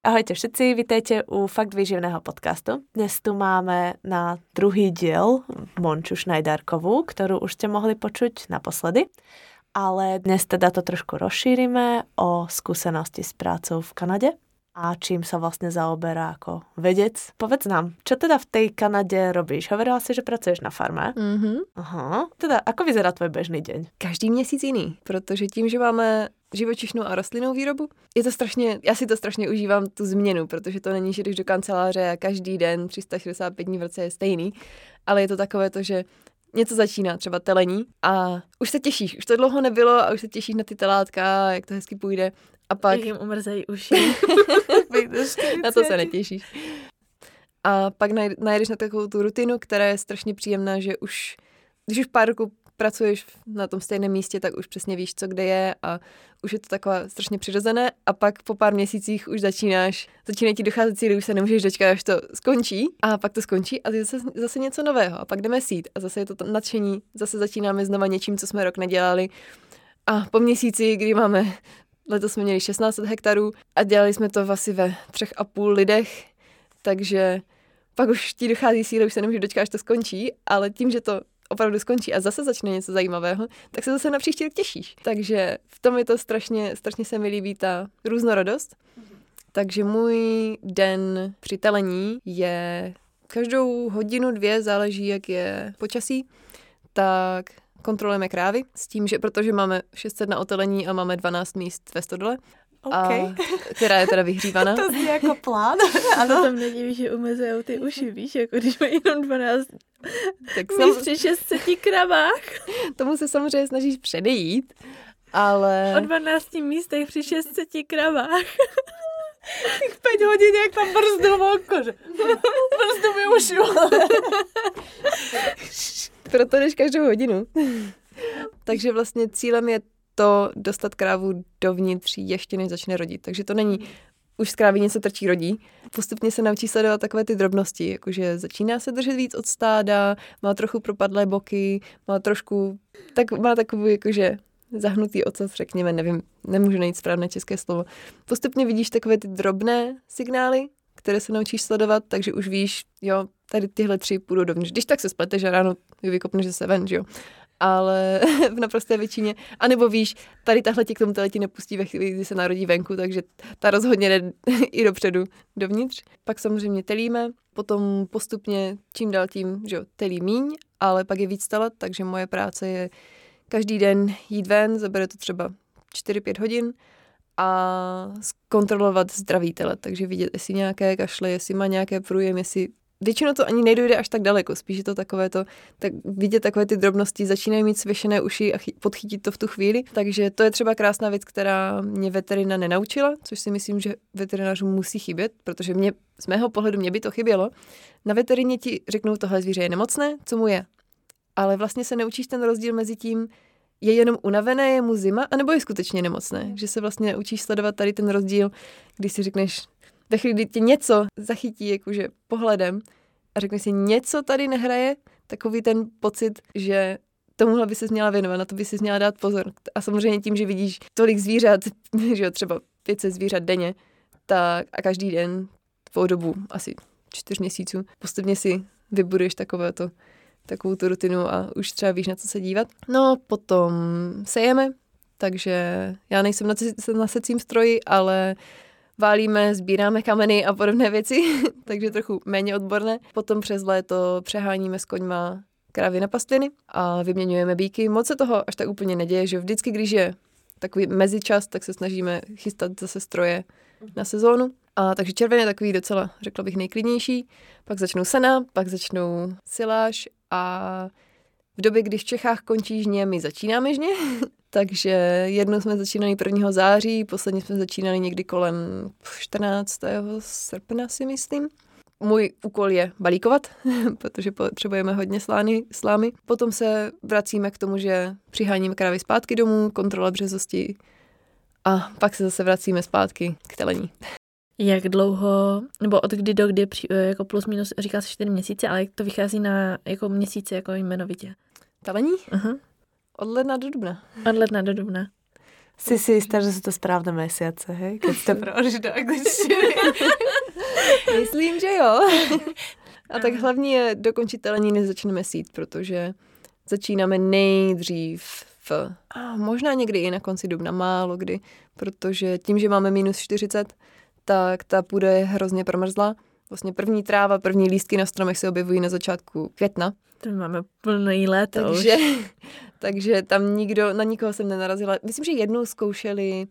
Ahojte všetci, vítejte u Fakt výživného podcastu. Dnes tu máme na druhý diel Monču Šnajdárkovú, ktorú už ste mohli počuť naposledy. Ale dnes teda to trošku rozšírime o skúsenosti s prácou v Kanade a čím sa vlastne zaoberá ako vedec. Povedz nám, čo teda v tej Kanade robíš? Hovorila si, že pracuješ na farme. Aha. Teda, ako vyzerá tvoj bežný deň? Každý měsíc jiný, protože tím, že máme živočišnou a rostlinnou výrobu, je to strašně, já si to strašně užívám, tu změnu, protože to není, že jdeš do kanceláře a každý den 365 dní v roce je stejný, ale je to takové to, že něco začíná, třeba telení a už se těšíš, už to dlouho nebylo a už se těšíš na ty telátka, jak to hezky půjde a pak... Jak jim umrzají uši. Na to se netěšíš. A pak najdeš na takovou tu rutinu, která je strašně příjemná, že už, když už pár roků pracuješ na tom stejném místě, tak už přesně víš, co kde je a už je to taková strašně přirozené a pak po pár měsících už začínají ti docházet cíly, už se nemůžeš dočkat, až to skončí a pak to skončí a zase něco nového a pak jdeme sít a zase je to nadšení, zase začínáme znova něčím, co jsme rok nedělali a po měsíci, kdy letos jsme měli 16 hektarů a dělali jsme to asi ve 3,5 lidech, takže pak už ti dochází síly, už se nemůžeš dočkat, až to skončí, ale tím, že to opravdu skončí a zase začne něco zajímavého, tak se zase na příští rok těšíš. Takže v tom je to strašně se mi líbí ta různorodost. Takže můj den při telení je každou hodinu, 2, záleží, jak je počasí, tak kontrolujeme krávy s tím, že protože máme 600 na otelení a máme 12 míst ve stodole, Okay. Která je teda vyhřívaná. To zní jako plán. A to tam nedíví, že umezujou ty uši, víš, jako když mají jenom 12 tak míst při 600 kravách. Tomu se samozřejmě snažíš předejít, ale... O 12 místech při 600 kravách. Těch 5 hodin, jak tam brzdil oko, že brzdu mi uši. Proto jdeš každou hodinu. Takže vlastně cílem je to dostat krávu dovnitř ještě než začne rodit. Takže to není už z krávy něco trčí, rodí. Postupně se naučí sledovat takové ty drobnosti, jakože začíná se držet víc od stáda, má trochu propadlé boky, má takový jakože zahnutý ocas, řekněme, nevím, nemůžu najít správné české slovo. Postupně vidíš takové ty drobné signály, které se naučíš sledovat, takže už víš, jo, tady tyhle 3 půjdou dovnitř. Když tak se spleteš a ráno vykopneš zase ven, že jo. Ale v naprosté většině. A nebo víš, tady tahle ti k tomu teleti nepustí ve chvíli, kdy se narodí venku, takže ta rozhodně jde i dopředu, dovnitř. Pak samozřejmě telíme, potom postupně čím dál tím, že jo, telí míň, ale pak je víc telet, takže moje práce je každý den jít ven, zabere to třeba 4-5 hodin a zkontrolovat zdravý telet, takže vidět, jestli nějaké kašle, jestli má nějaké průjem, jestli většinou to ani nejdojde až tak daleko, spíš je to takové to, tak vidět takové ty drobnosti, začínají mít svěšené uši a podchytit to v tu chvíli, takže to je třeba krásná věc, která mě veterina nenaučila, což si myslím, že veterinářům musí chybět, protože z mého pohledu mě by to chybělo. Na veterině ti řeknou, tohle zvíře je nemocné, co mu je, ale vlastně se neučíš ten rozdíl mezi tím, je jenom unavené, je mu zima, anebo je skutečně nemocné, že se vlastně neučíš sledovat tady ten rozdíl, když si řekneš, ve chvíli, kdy tě něco zachytí jakože pohledem a řekneš si, něco tady nehraje, takový ten pocit, že tomuhle by ses měla věnovat, na to by ses měla dát pozor. A samozřejmě tím, že vidíš tolik zvířat, že jo, třeba 500 zvířat denně, tak a každý den po dobu asi 4 měsíců postupně si vybuduješ takovou tu rutinu a už třeba víš, na co se dívat. No, potom sejeme, takže já nejsem na secím stroji, ale válíme, sbíráme kameny a podobné věci, takže trochu méně odborné. Potom přes léto přeháníme s koňma krávy na pastviny a vyměňujeme býky. Moc se toho až tak úplně neděje, že vždycky, když je takový mezičas, tak se snažíme chystat zase stroje na sezónu. A takže červen je takový docela, řekla bych, nejklidnější. Pak začnou sena, pak začnou siláž a v době, kdy v Čechách končí žně, my začínáme žně. Takže jednou jsme začínali 1. září, posledně jsme začínali někdy kolem 14. srpna, si myslím. Můj úkol je balíkovat, protože potřebujeme hodně slámy. Potom se vracíme k tomu, že přiháníme krávy zpátky domů, kontrola březosti a pak se zase vracíme zpátky k telení. Jak dlouho, nebo od kdy do kdy, jako plus minus, říká se 4 měsíce, ale jak to vychází na jako měsíce, jako jmenovitě? Telení? Aha. Od ledna do dubna. Od ledna do dubna. Si jistá, že jsou to správné mesiace, hej? Keď jste preložíš do angličtiny. Myslím, že jo. A tak hlavně je dokončit telení, než začneme sít, protože začínáme nejdřív možná někdy i na konci dubna, málo kdy, protože tím, že máme -40, tak ta půda je hrozně promrzlá. Vlastně první tráva, první lístky na stromech se objevují na začátku května. To máme plný léto takže tam na nikoho jsem nenarazila. Myslím, že jednou zkoušeli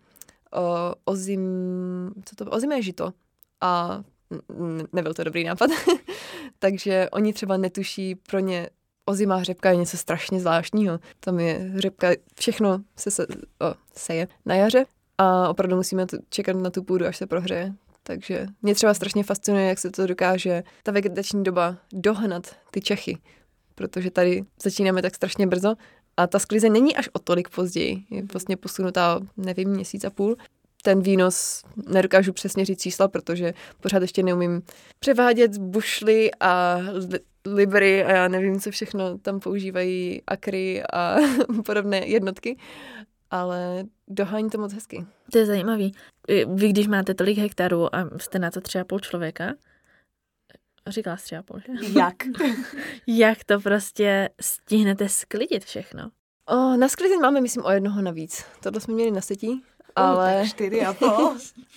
ozimé žito a nebyl to dobrý nápad. Takže oni třeba netuší, pro ně ozimá hřebka je něco strašně zvláštního. Tam je hřebka, všechno se seje na jaře a opravdu musíme čekat na tu půdu, až se prohřeje. Takže mě třeba strašně fascinuje, jak se to dokáže ta vegetační doba dohnat ty Čechy, protože tady začínáme tak strašně brzo a ta sklizeň není až o tolik později. Je vlastně posunutá, nevím, měsíc a půl. Ten výnos nedokážu přesně říct čísla, protože pořád ještě neumím převádět bušly a libry a já nevím, co všechno tam používají akry a podobné jednotky, ale dohání to moc hezky. To je zajímavý. Vy, když máte tolik hektarů a jste na to 3,5 člověka, říkala jsi 3,5, že? Jak? Jak to prostě stihnete sklidit všechno? Na sklizeň máme, myslím, o jednoho navíc. Tohle jsme měli na setí. Ale 4,5.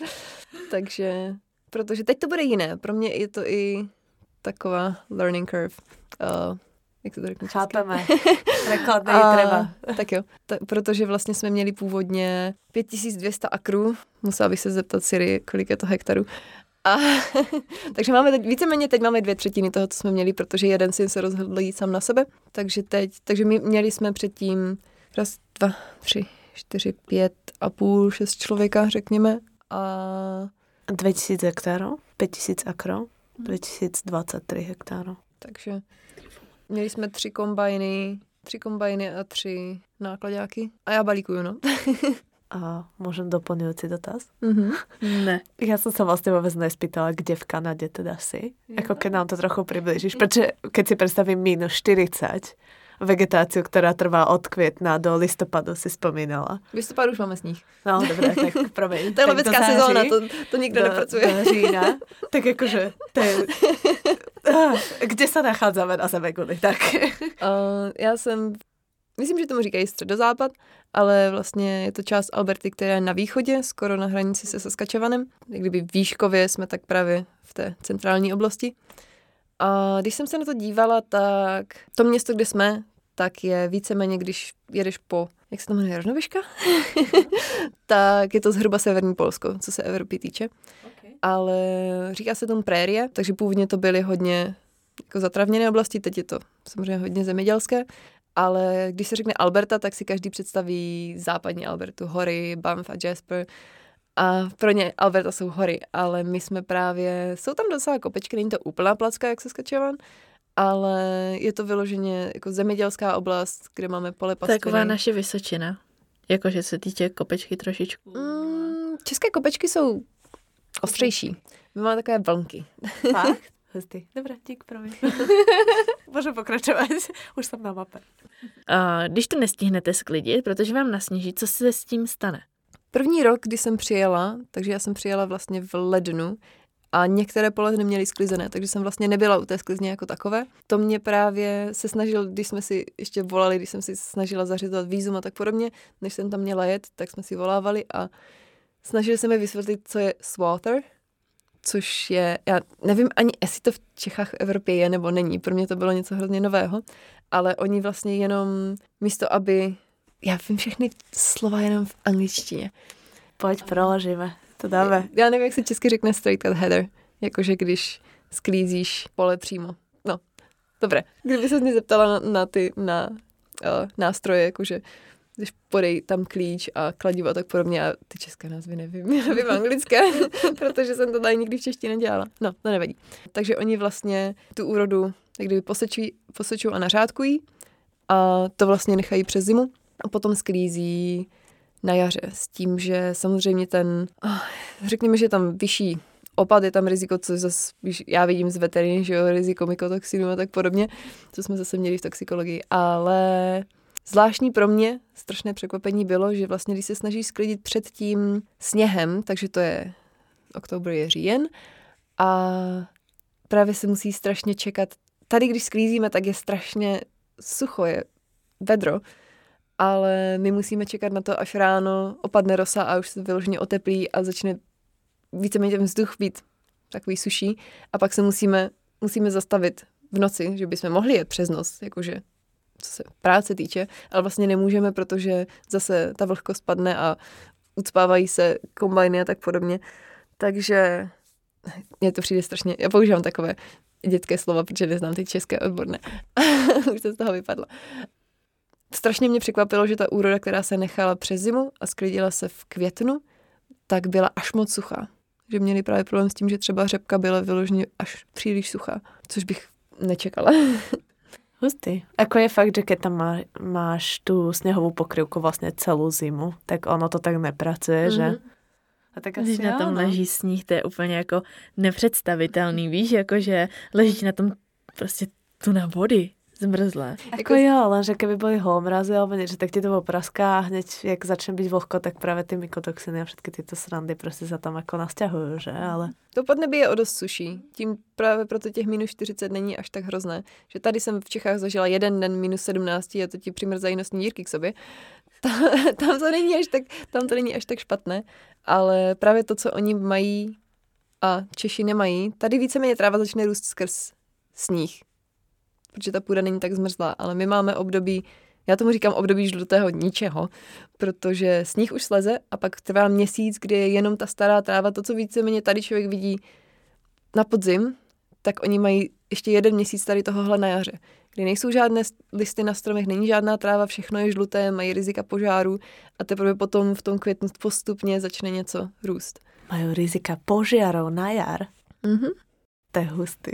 Takže, protože teď to bude jiné. Pro mě je to i taková learning curve. Jak se to řekne? Chápeme. Rekord netreba. Tak jo. Protože vlastně jsme měli původně 5200 akrů. Musela bych se zeptat Siri, kolik je to hektarů. Takže máme víceméně teď máme 2/3 toho, co jsme měli, protože jeden syn se rozhodl jít sám na sebe. Takže my měli jsme předtím 1, 2, 3, 4, 5,5, 6 člověka, řekněme. A 2000 hektarů, 5000 akrů, 2023 hektarů. Takže měli jsme 3 kombajny a 3 nákladáky. A já balíkuju, no. A môžem doplňujúci dotaz? Ne. Ja som sa vlastne vôbec nespýtala, kde v Kanade teda si. Ako keď nám to trochu približíš. Pretože keď si predstavím -40, vegetáciu, ktorá trvá od května do listopadu, si spomínala. V listopadu už máme sníh. No, dobré, tak promiň. To je lebecká sezóna, to nikdo nepracuje. Do října. Tak jakože, kde sa nachádzame na Zemeguli, tak? Myslím, že tomu říkají středozápad, ale vlastně je to část Alberty, která je na východě, skoro na hranici se Saskatchewanem. Kdyby výškově jsme tak právě v té centrální oblasti. A když jsem se na to dívala, tak to město, kde jsme, tak je víceméně, když jedeš po, jak se to jmenuje, Ronoviška? Tak je to zhruba severní Polsko, co se Evropy týče. Okay. Ale říká se tomu prérie, takže původně to byly hodně jako zatravněné oblasti, teď je to samozřejmě hodně zemědělské. Ale když se řekne Alberta, tak si každý představí západní Albertu, hory, Banff a Jasper. A pro ně Alberta jsou hory, ale my jsme jsou tam docela kopečky, není to úplná placka, jak Saskatchewan, ale je to vyloženě jako zemědělská oblast, kde máme pole pastviny. Taková naše Vysočina, jakože se týče kopečky trošičku. České kopečky jsou ostřejší. My máme takové vlnky. Fakt? Hustý. Dobré, dík, promiň. Můžu pokračovat, už jsem na mape. Když to nestihnete sklidit, protože vám nasněží, co se s tím stane? První rok, kdy jsem přijela, takže já jsem přijela vlastně v lednu a některé pole neměly sklizené, takže jsem vlastně nebyla u té sklizně jako takové. To mě právě se snažil, když jsme si ještě volali, když jsem si snažila zařizovat vízum a tak podobně, než jsem tam měla jet, tak jsme si volávali a snažili se mi vysvětlit, co je swatter, což je, já nevím ani, jestli to v Čechách v Evropě je nebo není, pro mě to bylo něco hrozně nového, ale oni vlastně jenom místo, aby, já vím všechny slova jenom v angličtině. Pojď, proložíme, to dáme. Já nevím, jak se česky řekne straight cut header, jakože když sklízíš pole přímo. No, dobré. Kdyby se mě zeptala na nástroje, jakože když podej tam klíč a kladivo a tak podobně, a ty české názvy nevím, já vím anglické, protože jsem to tady nikdy v češtině nedělala. No, to nevadí. Takže oni vlastně tu úrodu tak kdyby posečují a nařádkují a to vlastně nechají přes zimu a potom sklízí na jaře s tím, že samozřejmě řekněme, že tam vyšší opad, je tam riziko, co zase já vidím z veteriny, že jo, riziko mykotoxinu a tak podobně, co jsme zase měli v toxikologii, ale Zvláštní pro mě strašné překvapení bylo, že vlastně, když se snaží sklidit před tím sněhem, takže to je oktober, je říjen, a právě se musí strašně čekat. Tady, když sklízíme, tak je strašně sucho, je vedro, ale my musíme čekat na to, až ráno opadne rosa a už se vyloženě oteplí a začne víceméně ten vzduch být takový suší a pak se musíme zastavit v noci, že bychom mohli jet přes noc, jakože co se práce týče, ale vlastně nemůžeme, protože zase ta vlhkost padne a ucpávají se kombajny a tak podobně. Takže mně to přijde strašně, já používám takové dětské slova, protože neznám ty české odborné. Už to z toho vypadlo. Strašně mě překvapilo, že ta úroda, která se nechala přes zimu a sklidila se v květnu, tak byla až moc suchá. Že měli právě problém s tím, že třeba řepka byla vyloženě až příliš suchá, což bych nečekala. Hustý. Ako je fakt, že keď tam máš tú snehovú pokrývku vlastne celú zimu, tak ono to tak nepracuje, že? A tak když na tom leží sníh, to je úplně jako nepředstavitelný, víš, jakože ležíš na tom prostě tu na vody zmrzlé. Ako jo, lenže keby boli holomrazy alebo niečo, tak ti to praská a hneď, jak začne byť vlhko, tak právě ty mykotoxiny a všetky tyto srandy prostě sa tam jako nasťahujú, že? Ale to podnebí je o dost suší. Tím právě proto těch minus 40 není až tak hrozné. Že tady jsem v Čechách zažila jeden den minus 17 a to ti přimrzají nosní dírky k sobě. Tam to není až tak špatné, ale právě to, co oni mají a Češi nemají, tady víceméně tráva začne růst skrz sníh, protože ta půda není tak zmrzlá, ale my máme období, já tomu říkám období žlutého ničeho, protože sníh už sleze a pak trvá měsíc, kdy je jenom ta stará tráva, to, co víceméně tady člověk vidí na podzim, tak oni mají ještě jeden měsíc tady tohohle na jaře, kdy nejsou žádné listy na stromech, není žádná tráva, všechno je žluté, mají rizika požáru a teprve potom v tom květnu postupně začne něco růst. Mají rizika požiarov na jar? Mhm. To je hustý.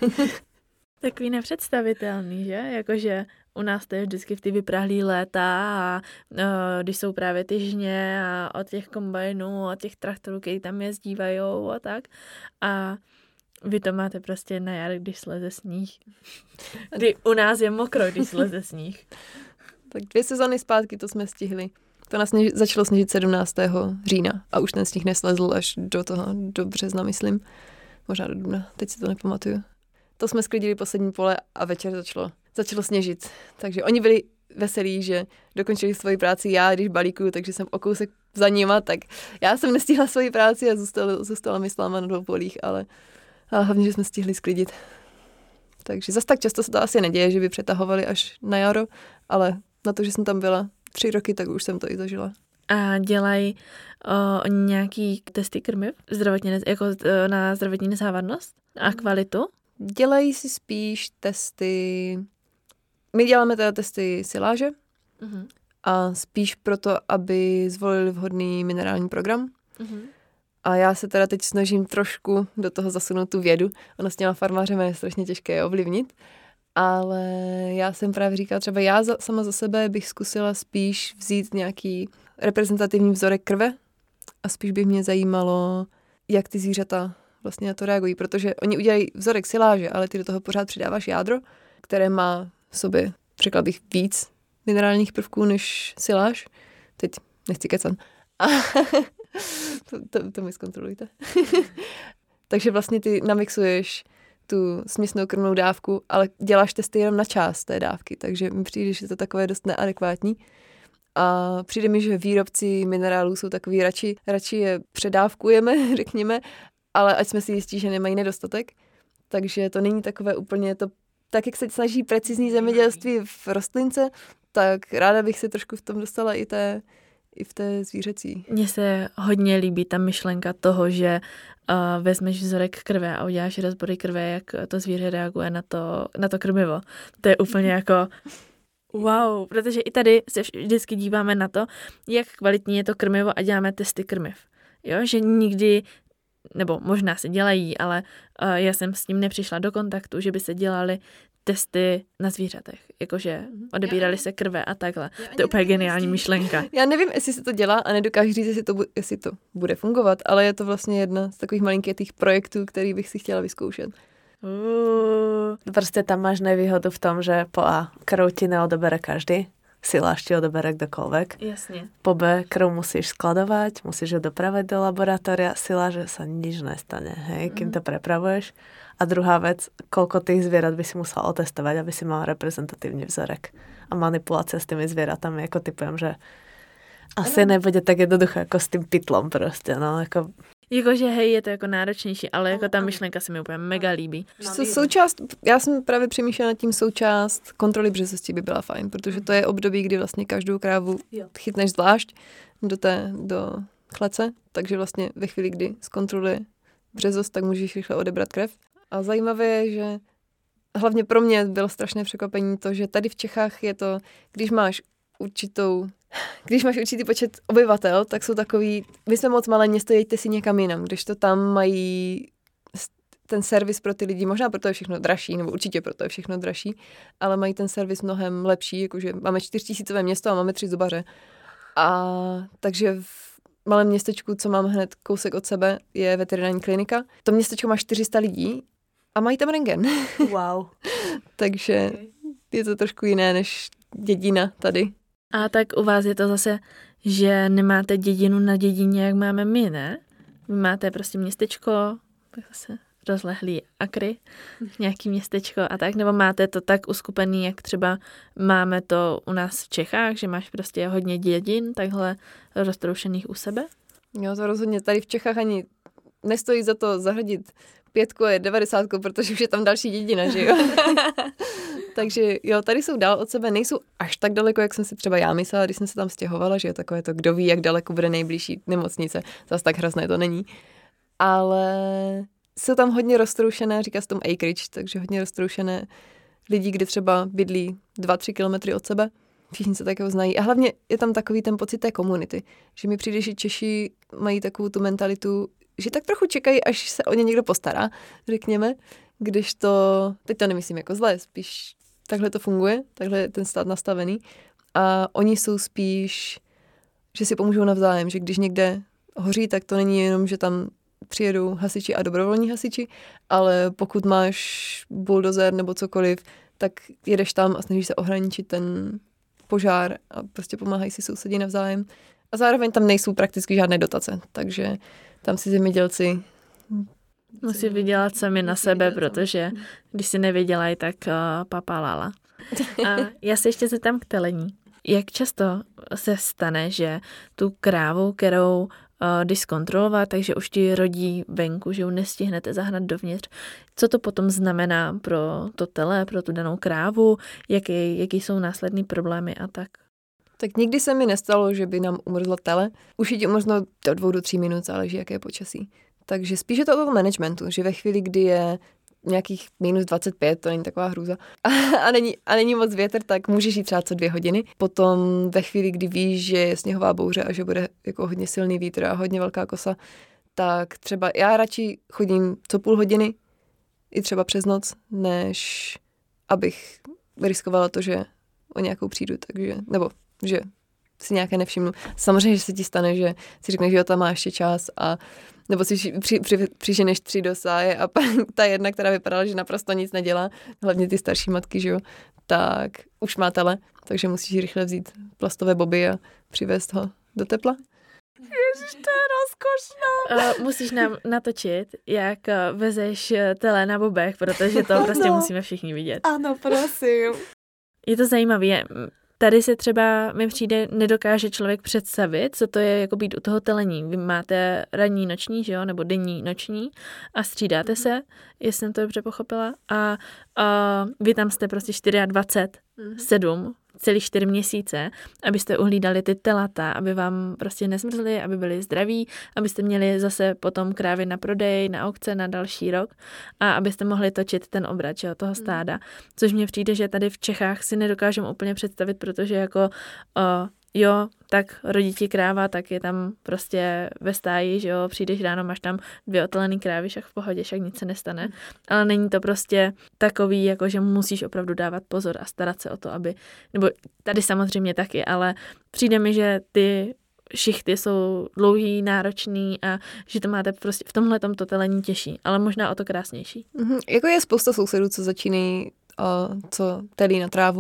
Takový nepředstavitelný, že? Jakože u nás to je vždycky v ty vyprahlý léta a když jsou právě ty žně a od těch kombajnů, od těch traktorů, který tam jezdívajou a tak. A vy to máte prostě na jar, když sleze sníh. Kdy u nás je mokro, když sleze sníh. Tak 2 sezony zpátky to jsme stihli. To nás začalo sněžit 17. října a už ten sníh neslezl až do března, myslím. Možná do dubna, teď si to nepamatuju. To jsme sklidili poslední pole a večer začalo sněžit. Takže oni byli veselí, že dokončili svoji práci, já když balíkuju, takže jsem o kousek za nima, tak já jsem nestihla svoji práci a zůstala mi sláma na 2 polích, ale hlavně, že jsme stihli sklidit. Takže zas tak často se to asi neděje, že by přetahovali až na jaro, ale na to, že jsem tam byla 3 roky, tak už jsem to i zažila. A dělají nějaký testy krmiv na zdravotní nezávadnost a kvalitu? Dělají si spíš testy, my děláme teda testy siláže a spíš proto, aby zvolili vhodný minerální program. A já se teda teď snažím trošku do toho zasunout tu vědu. Ono s těma farmářema je strašně těžké ovlivnit, ale já jsem právě říkala, třeba já sama za sebe bych zkusila spíš vzít nějaký reprezentativní vzorek krve a spíš by mě zajímalo, jak ty zvířata vlastně na to reagují, protože oni udělají vzorek siláže, ale ty do toho pořád přidáváš jádro, které má v sobě, řekla bych, víc minerálních prvků než siláž. Teď nechci kecat. To mi zkontrolujte. Takže vlastně ty namixuješ tu směsnou krmnou dávku, ale děláš testy jenom na část té dávky, takže mi přijde, že to takové dost neadekvátní. A přijde mi, že výrobci minerálů jsou takový, radši je předávkujeme, řekněme, ale ať jsme si jistí, že nemají nedostatek. Takže to není takové úplně to, tak jak se snaží precizní zemědělství v rostlince, tak ráda bych se trošku v tom dostala i v té zvířecí. Mně se hodně líbí ta myšlenka toho, že vezmeš vzorek krve a uděláš rozbory krve, jak to zvíře reaguje na to krmivo. To je úplně jako wow, protože i tady se vždycky díváme na to, jak kvalitní je to krmivo a děláme testy krmiv. Jo, že nikdy, nebo možná se dělají, ale já jsem s tím nepřišla do kontaktu, že by se dělaly testy na zvířatech. Jakože odebírali se krve a takhle. To je úplně geniální myšlenka. Já nevím, jestli se to dělá a nedokážu říct, jestli to bude fungovat, ale je to vlastně jedna z takových malinkých projektů, který bych si chtěla vyzkoušet. Prostě tam máš nevýhodu v tom, že krv ti neodebere každý. siláš ti odebere kdokoľvek. Jasne. Po B, krv musíš skladovať, musíš ho dopravať do laboratória, sila, že sa nič nestane, hej, kým to prepravuješ. A druhá vec, koľko tých zvierat by si musel otestovať, aby si mal reprezentatívny vzorek. A manipulácia s tými zvieratami, ako typujem, že asi nebude tak jednoduché jako s tím pytlom prostě, no, jako... Jakože hej, je to jako náročnější, ale jako ta myšlenka se mi úplně mega líbí. Součást, já jsem právě přemýšlela nad tím, součást kontroly březosti by byla fajn, protože to je období, kdy vlastně každou krávu chytneš zvlášť do klece, takže vlastně ve chvíli, kdy zkontroluje březost, tak můžeš rychle odebrat krev. A zajímavé je, že hlavně pro mě bylo strašné překvapení to, že tady v Čechách je to, když máš určitý počet obyvatel, tak jsou takový, my jsme moc malé město, jeďte si někam jinam, když to tam mají ten servis pro ty lidi, možná proto je všechno dražší, nebo určitě proto je všechno dražší, ale mají ten servis mnohem lepší, jakože máme 4000 město a máme 3 zubaře. A takže v malém městečku, co mám hned kousek od sebe, je veterinární klinika. To městečko má 400 lidí a mají tam rentgen. Wow. Takže je to trošku jiné než dědina tady. A tak u vás je to zase, že nemáte dědinu na dědině, jak máme my, ne? Vy máte prostě městečko, tak zase rozlehlý akry, nějaký městečko a tak, nebo máte to tak uskupený, jak třeba máme to u nás v Čechách, že máš prostě hodně dědin, takhle roztroušených u sebe? Jo, to rozhodně. Tady v Čechách ani nestojí za to zahrádit 5 a 90, protože už je tam další dědina, že jo? Takže jo, tady jsou dál od sebe, nejsou až tak daleko, jak jsem si třeba já myslela, když jsem se tam stěhovala, že je takové to, kdo ví, jak daleko bude nejbližší nemocnice. Zase tak hrozné to není. Ale jsou tam hodně roztroušené, říká se tomu acreage, takže hodně roztroušené lidi, kde třeba bydlí 2-3 kilometry od sebe. Všichni se takého znají. A hlavně je tam takový ten pocit té komunity, že mi přijde, že Češi mají takovou tu mentalitu, že tak trochu čekají, až se o ně někdo postará, řekněme, když to, teď to nemyslím jako zlé, spíš takhle to funguje, takhle je ten stát nastavený a oni jsou spíš, že si pomůžou navzájem, že když někde hoří, tak to není jenom, že tam přijedou hasiči a dobrovolní hasiči, ale pokud máš buldozer nebo cokoliv, tak jedeš tam a snažíš se ohraničit ten požár a prostě pomáhají si sousedi navzájem. A zároveň tam nejsou prakticky žádné dotace, takže tam si zemědělci musí vydělat sami na sebe, protože když si nevydělají, tak papalala. A já se ještě zeptám k telení. Jak často se stane, že tu krávu, kterou jdeš zkontrolovat, takže už ti rodí venku, že ji nestihnete zahnat dovnitř. Co to potom znamená pro to tele, pro tu danou krávu, jaký jsou následné problémy a tak? Tak nikdy se mi nestalo, že by nám umrzlo tele. Už je ti umrzlo do 2 do 3 minut, záleží, jaké je počasí. Takže spíš je to o tom managementu, že ve chvíli, kdy je nějakých minus 25, to není taková hrůza, a není moc větr, tak můžeš jít třeba co 2 hodiny. Potom ve chvíli, kdy víš, že je sněhová bouře a že bude jako hodně silný vítr a hodně velká kosa, tak třeba já radši chodím co půl hodiny, i třeba přes noc, než abych riskovala to, že o nějakou přijdu, takže, nebo že si nějaké nevšimnu. Samozřejmě, že se ti stane, že si řekneš, že jo, tam má ještě čas a nebo si přiženeš 3 do sáje a pak ta jedna, která vypadala, že naprosto nic nedělá, hlavně ty starší matky, že jo, tak už má tele, takže musíš rychle vzít plastové boby a přivést ho do tepla. Ježiš, to je rozkošné. Musíš nám natočit, jak vezeš tele na bobech, protože to prostě musíme všichni vidět. Ano, prosím. Je to zajímavé. Tady se třeba mi přijde, nedokáže člověk představit, co to je jako být u toho telení. Vy máte ranní, noční, že jo, nebo denní, noční a střídáte se, jestli jsem to dobře pochopila. A vy tam jste prostě 24/7, celý 4 měsíce, abyste uhlídali ty telata, aby vám prostě nezmrzli, aby byli zdraví, abyste měli zase potom krávy na prodej, na aukce, na další rok a abyste mohli točit ten obrat, že jo, toho stáda. Což mně přijde, že tady v Čechách si nedokážeme úplně představit, protože jako jo, tak rodí ti kráva, tak je tam prostě ve stáji, že jo, přijdeš ráno, máš tam 2 otelený krávy, však v pohodě, však nic se nestane. Ale není to prostě takový, jako že musíš opravdu dávat pozor a starat se o to, aby, nebo tady samozřejmě taky, ale přijde mi, že ty šichty jsou dlouhý, náročný a že to máte prostě v tomhletom to telení těžší, ale možná o to krásnější. Jako je spousta sousedů, co začínají, co telí na trávu,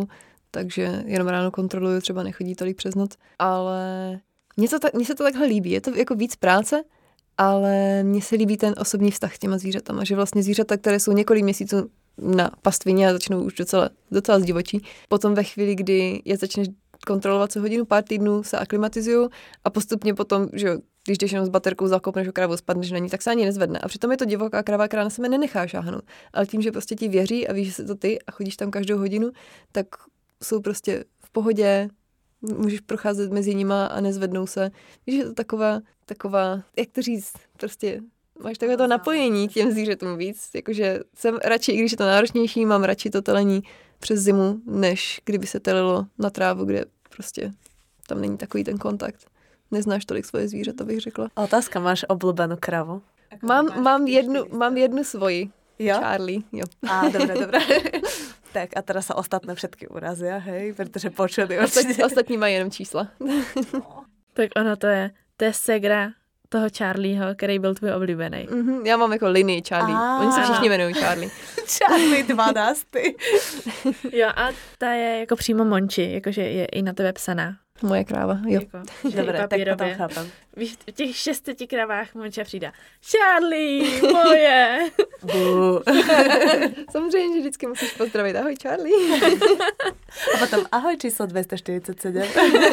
takže jenom ráno kontroluju, třeba nechodí tolik přes noc, ale mně se to takhle líbí, je to jako víc práce, ale mně se líbí ten osobní vztah s těma zvířatama, že vlastně zvířata, které jsou několik měsíců na pastvině a začnou už docela zdivočí, potom ve chvíli, kdy je začneš kontrolovat co hodinu, pár týdnů se aklimatizují a postupně potom, že jo, když jdeš jenom s baterkou, zakopneš o kravu, spadneš na ní, tak se ani nezvedne. A přitom je to divoká krava, která na sebe nenechá šáhnout. Ale tím, že prostě ti věří a víš, že se to ty a chodíš tam každou hodinu, tak jsou prostě v pohodě, můžeš procházet mezi nima a nezvednou se. Víš, je to taková, jak to říct, prostě máš takové to napojení k těm zvířatům víc. Jakože jsem radši, i když je to náročnější, mám radši to telení přes zimu, než kdyby se telilo na trávu, kde prostě tam není takový ten kontakt. Neznáš tolik svoje zvířata, bych řekla. Otázka, máš oblúbenú kravu? Mám jednu svoji. Jo? Charlie, jo. Dobré. Tak a teraz sa ostatné všetky urazia, hej? Protože počuli určitě. Ostatní mají jenom čísla. Tak ono to je segra toho Charlieho, který byl tvůj oblíbený. Mm-hmm, já mám jako linii Charlie. Oni se všichni jmenují Charlie. Charlie 12. Jo, a ta je jako přímo Monči, jakože je i na tebe psaná. Moje kráva, jo. Jako, Dobré, tak to tam chápem. Víš, v těch 600 kravách Monča přijde. Charlie, moje! Samozřejmě, že vždycky musíš pozdravit. Ahoj, Charlie. A potom ahoj, číslo 247.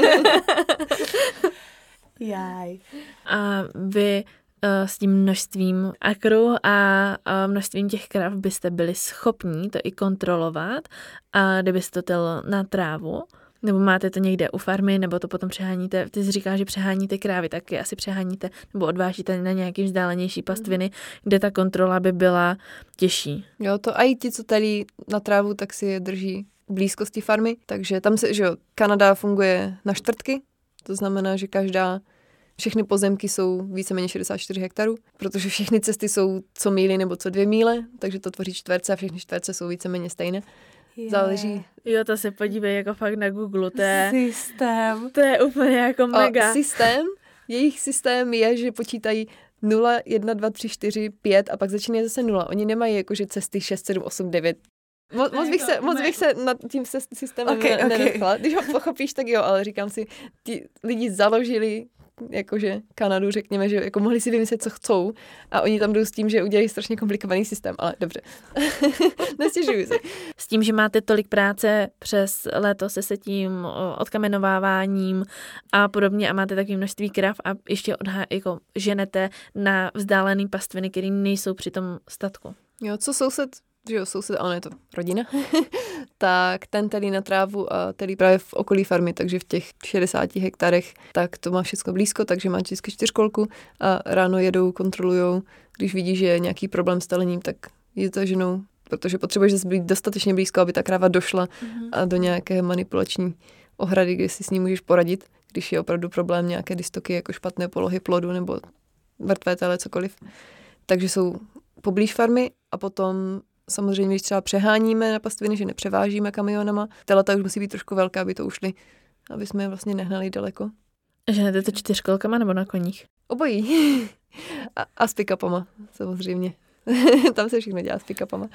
Jaj. A vy s tím množstvím akru a množstvím těch krav byste byli schopní to i kontrolovat, a kdybyste to jel na trávu, nebo máte to někde u farmy, nebo to potom přeháníte, ty jsi říká, že přeháníte krávy, tak je asi přeháníte, nebo odvážíte na nějaký vzdálenější pastviny, kde ta kontrola by byla těžší. Jo, to i ti, co telí na trávu, tak si je drží blízkosti farmy, takže tam se, že jo, Kanada funguje na čtvrtky, to znamená, že všechny pozemky jsou víceméně 64 hektarů, protože všechny cesty jsou co míli nebo co 2 míle, takže to tvoří čtverce a všechny čtverce jsou víceméně stejné. Yeah. Záleží. Jo, to se podívej jako fakt na Google, to je systém. To je úplně jako mega. Jejich systém je, že počítají 0, 1, 2, 3, 4, 5 a pak začínají zase 0. Oni nemají jakože cesty 6, 7, 8, 9. Moc bych se nad tím systémem nedotkla. Když ho pochopíš, tak jo, ale říkám si, ti lidi založili jakože Kanadu, řekněme, že jako mohli si vymyslet, co chcou a oni tam jdou s tím, že udělají strašně komplikovaný systém, ale dobře. Nestěžuju si. S tím, že máte tolik práce přes léto se tím odkamenováváním a podobně a máte takové množství krav a ještě jako ženete na vzdálený pastviny, které nejsou při tom statku. Jo, co soused, ale je to rodina, tak ten telí na trávu a telí právě v okolí farmy, takže v těch 60 hektarech, tak to má všechno blízko, takže má vždycky 4kolku a ráno jedou, kontrolujou, když vidí, že je nějaký problém s telením, tak ji zaženou, protože potřebuješ být dostatečně blízko, aby ta kráva došla a do nějaké manipulační ohrady, kde si s ní můžeš poradit, když je opravdu problém nějaké dystoky, jako špatné polohy plodu nebo mrtvé tele, cokoliv. Takže jsou poblíž farmy a potom samozřejmě, když třeba přeháníme na pastviny, že nepřevážíme kamionama, telata už musí být trošku velká, aby to ušli, aby jsme je vlastně nehnali daleko. Ženete to 4kolkama nebo na koních? Obojí. A s pick-upama, samozřejmě. Tam se všechno dělá s pick-upama.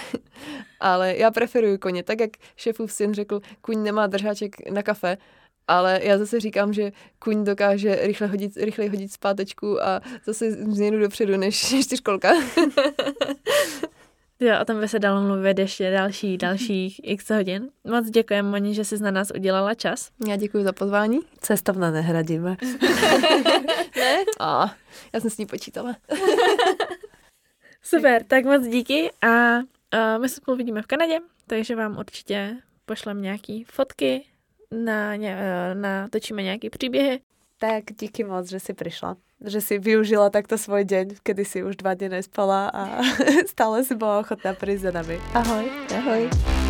Ale já preferuju koně, tak jak šéfův syn řekl, kuň nemá držáček na kafe, ale já zase říkám, že kuň dokáže rychle hodit zpátečku a zase změnu dopředu než 4kolka. Jo, o tom by se dalo mluvit ještě dalších x hodin. Moc děkujeme, Moni, že jsi na nás udělala čas. Já děkuji za pozvání. Cestovna nehradíme. Ne? Já jsem s ní počítala. Super, tak moc díky a my se spolu vidíme v Kanadě, takže vám určitě pošlem nějaký fotky, točíme nějaký příběhy. Tak díky moc, že si prišla. Že si využila takto svoj deň, kedy si už 2 dny nespala a stále si bola ochotná prísť za nami. Ahoj. Ahoj.